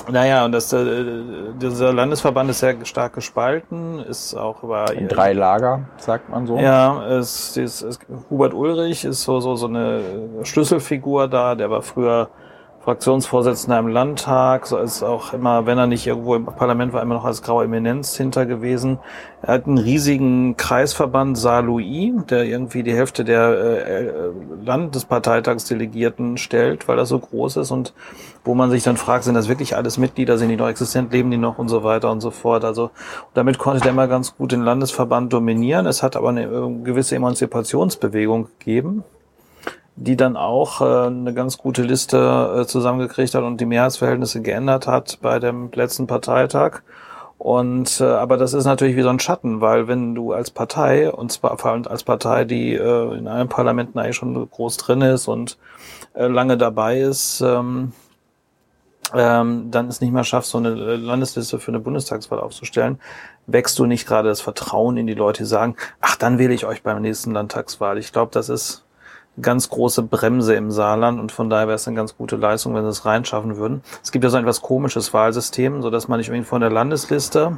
Naja, und das, äh, dieser Landesverband ist sehr stark gespalten, ist auch über... In drei Lager, sagt man so. Ja, es, es, es, Hubert Ulrich ist so, so, so eine Schlüsselfigur da, der war früher Fraktionsvorsitzender im Landtag, so ist auch immer, wenn er nicht irgendwo im Parlament war, immer noch als graue Eminenz hinter gewesen. Er hat einen riesigen Kreisverband Saarlouis, der irgendwie die Hälfte der äh, Landesparteitagsdelegierten stellt, weil er so groß ist und wo man sich dann fragt, sind das wirklich alles Mitglieder, sind die noch existent, leben die noch und so weiter und so fort. Also damit konnte der immer ganz gut den Landesverband dominieren. Es hat aber eine äh, gewisse Emanzipationsbewegung gegeben, die dann auch äh, eine ganz gute Liste äh, zusammengekriegt hat und die Mehrheitsverhältnisse geändert hat bei dem letzten Parteitag. Und äh, aber das ist natürlich wie so ein Schatten, weil wenn du als Partei, und zwar vor allem als Partei, die äh, in allen Parlamenten eigentlich schon groß drin ist und äh, lange dabei ist, ähm, ähm, dann es nicht mehr schaffst, so eine Landesliste für eine Bundestagswahl aufzustellen, wächst du nicht gerade das Vertrauen in die Leute, die sagen, ach, dann wähle ich euch beim nächsten Landtagswahl. Ich glaube, das ist ganz große Bremse im Saarland und von daher wäre es eine ganz gute Leistung, wenn sie es reinschaffen würden. Es gibt ja so ein etwas komisches Wahlsystem, so dass man nicht irgendwie von der Landesliste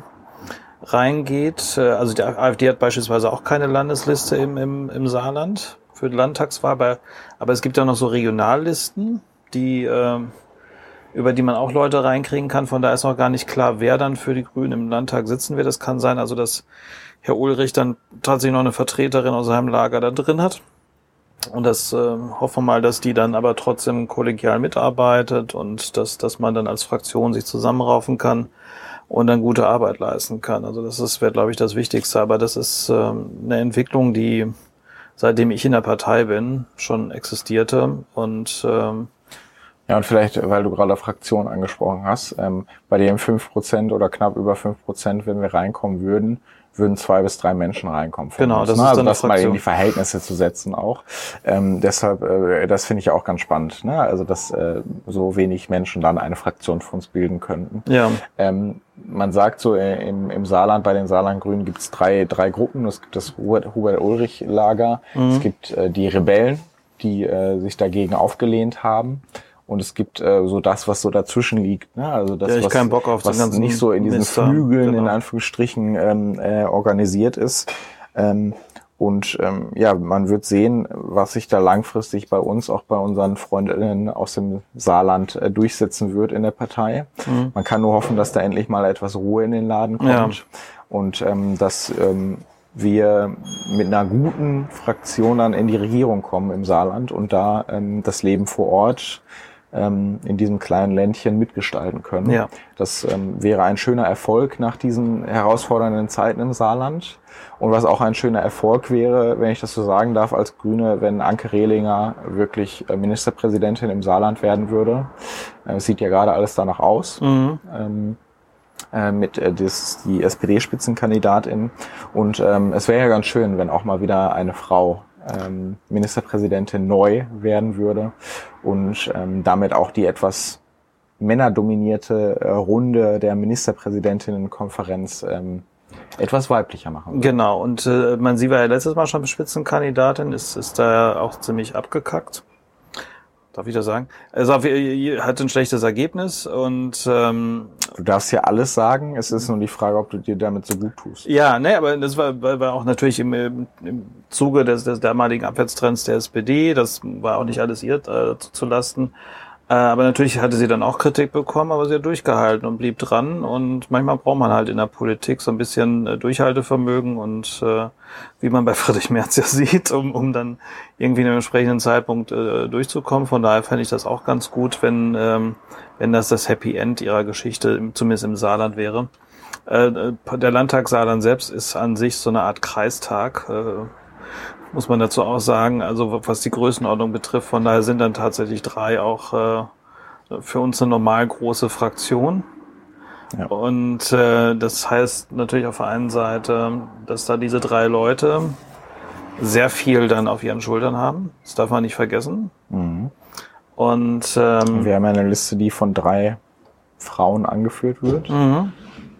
reingeht. Also die AfD hat beispielsweise auch keine Landesliste im, im, im Saarland für die Landtagswahl, aber, aber es gibt ja noch so Regionallisten, die, äh, über die man auch Leute reinkriegen kann. Von daher ist noch gar nicht klar, wer dann für die Grünen im Landtag sitzen wird. Es kann sein, also dass Herr Ulrich dann tatsächlich noch eine Vertreterin aus seinem Lager da drin hat. Und das äh, hoffen wir mal, dass die dann aber trotzdem kollegial mitarbeitet und dass, dass man dann als Fraktion sich zusammenraufen kann und dann gute Arbeit leisten kann. Also das ist, wäre, glaube ich, das Wichtigste. Aber das ist ähm, eine Entwicklung, die seitdem ich in der Partei bin, schon existierte. Und ähm, ja, und vielleicht, weil du gerade Fraktion angesprochen hast, ähm, bei dem fünf Prozent oder knapp über fünf Prozent, wenn wir reinkommen würden, würden zwei bis drei Menschen reinkommen. Genau, uns, das ne? ist Also dann das eine mal Fraktion. in die Verhältnisse zu setzen auch. Ähm, deshalb, äh, das finde ich auch ganz spannend, ne? Also dass äh, so wenig Menschen dann eine Fraktion für uns bilden könnten. Ja. Ähm, man sagt so äh, im, im Saarland, bei den Saarlandgrünen gibt es drei drei Gruppen. Es gibt das Hubert-Ulrich-Lager, Mhm. es gibt äh, die Rebellen, die äh, sich dagegen aufgelehnt haben. Und es gibt äh, so das, was so dazwischen liegt, ne? Also das, Ja, ich was, keinen Bock auf den was ganzen nicht so in diesen Mist haben. Flügeln Genau. in Anführungsstrichen ähm, äh, organisiert ist. Ähm, und ähm, ja, man wird sehen, was sich da langfristig bei uns, auch bei unseren Freundinnen aus dem Saarland äh, durchsetzen wird in der Partei. Mhm. Man kann nur hoffen, dass da endlich mal etwas Ruhe in den Laden kommt Ja. und ähm, dass ähm, wir mit einer guten Fraktion dann in die Regierung kommen im Saarland und da ähm, das Leben vor Ort ähm, in diesem kleinen Ländchen mitgestalten können. Ja. Das ähm, wäre ein schöner Erfolg nach diesen herausfordernden Zeiten im Saarland. Und was auch ein schöner Erfolg wäre, wenn ich das so sagen darf, als Grüne, wenn Anke Rehlinger wirklich äh, Ministerpräsidentin im Saarland werden würde. Äh, es sieht ja gerade alles danach aus. Mhm. Ähm, äh, mit äh, das, die S P D-Spitzenkandidatin. Und ähm, es wäre ja ganz schön, wenn auch mal wieder eine Frau ähm, Ministerpräsidentin neu werden würde und ähm, damit auch die etwas männerdominierte äh, Runde der Ministerpräsidentinnenkonferenz ähm, etwas weiblicher machen würde. Genau, und äh, man, sie war ja letztes Mal schon Spitzenkandidatin, ist, ist da ja auch ziemlich abgekackt. Darf ich das sagen? Also auf- hat ein schlechtes Ergebnis und ähm, Du darfst ja alles sagen, es ist nur die Frage, ob du dir damit so gut tust. ja, ne, aber das war, war war auch natürlich im, im, im Zuge des, des damaligen Abwärtstrends der S P D, das war auch nicht alles ihr äh, zuzulasten. Äh, aber natürlich hatte sie dann auch Kritik bekommen, aber sie hat durchgehalten und blieb dran. Und manchmal braucht man halt in der Politik so ein bisschen äh, Durchhaltevermögen und äh, wie man bei Friedrich Merz ja sieht, um, um dann irgendwie in einem entsprechenden Zeitpunkt äh, durchzukommen. Von daher fände ich das auch ganz gut, wenn, ähm, wenn das das Happy End ihrer Geschichte, im, zumindest im Saarland wäre. Äh, der Landtag Saarland selbst ist an sich so eine Art Kreistag, äh, muss man dazu auch sagen, also was die Größenordnung betrifft. Von daher sind dann tatsächlich drei auch äh, für uns eine normal große Fraktion. Ja. Und äh, das heißt natürlich auf der einen Seite, dass da diese drei Leute sehr viel dann auf ihren Schultern haben. Das darf man nicht vergessen. Mhm. Und ähm, Wir haben ja eine Liste, die von drei Frauen angeführt wird. mhm.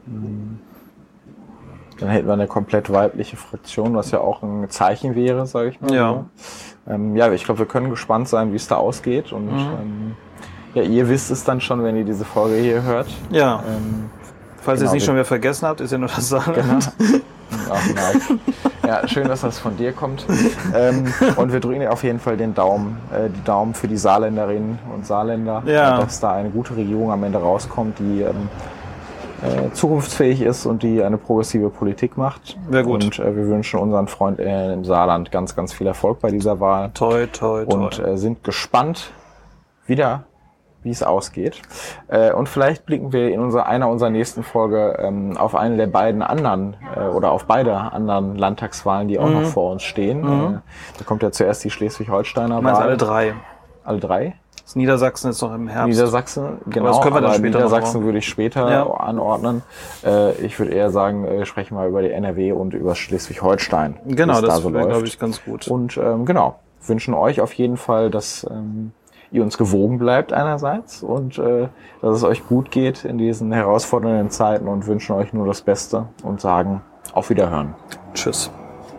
Dann hätten wir eine komplett weibliche Fraktion, was ja auch ein Zeichen wäre, sage ich mal. Ja. So. Ähm, ja, ich glaube, wir können gespannt sein, wie es da ausgeht. Und Mhm. ähm, Ja, ihr wisst es dann schon, wenn ihr diese Folge hier hört. Ja. Ähm, Falls genau, ihr es nicht schon wieder vergessen habt, ist ja nur das Saarland. Genau. Ach, nein. Ja, schön, dass das von dir kommt. Ähm, und wir drücken dir auf jeden Fall den Daumen, äh, die Daumen für die Saarländerinnen und Saarländer, Ja. dass da eine gute Regierung am Ende rauskommt, die ähm, äh, zukunftsfähig ist und die eine progressive Politik macht. Sehr gut. Und äh, wir wünschen unseren Freunden äh, im Saarland ganz, ganz viel Erfolg bei dieser Wahl. Toi, toi, toi. Und äh, sind gespannt wieder, wie es ausgeht. Äh, und vielleicht blicken wir in unserer, einer unserer nächsten Folge ähm, auf eine der beiden anderen äh, oder auf beide anderen Landtagswahlen, die auch Mhm. noch vor uns stehen. Mhm. Äh, da kommt ja zuerst die Schleswig-Holsteiner Du meinst Wahl. alle drei. Alle drei? Das Niedersachsen ist noch im Herbst. Niedersachsen, genau. das können wir dann aber später noch Niedersachsen machen. würde ich später Ja. anordnen. Äh, ich würde eher sagen, äh, wir sprechen mal über die N R W und über Schleswig-Holstein. wie Genau, es da das so wäre, läuft. glaube ich, ganz gut. Und ähm, genau, wünschen euch auf jeden Fall, dass ähm, ihr uns gewogen bleibt einerseits und äh, dass es euch gut geht in diesen herausfordernden Zeiten und wünschen euch nur das Beste und sagen auf Wiederhören. Tschüss.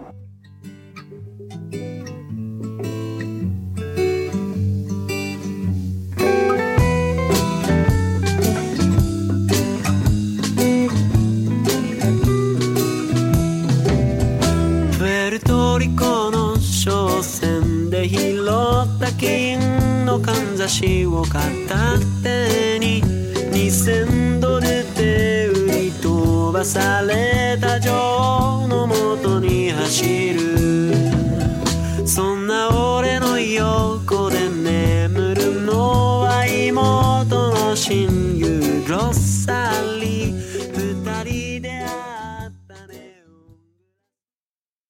プエルトリコの商船で拾った金のかんざしを片手ににせんドルで売り飛ばされた女王のもとに走る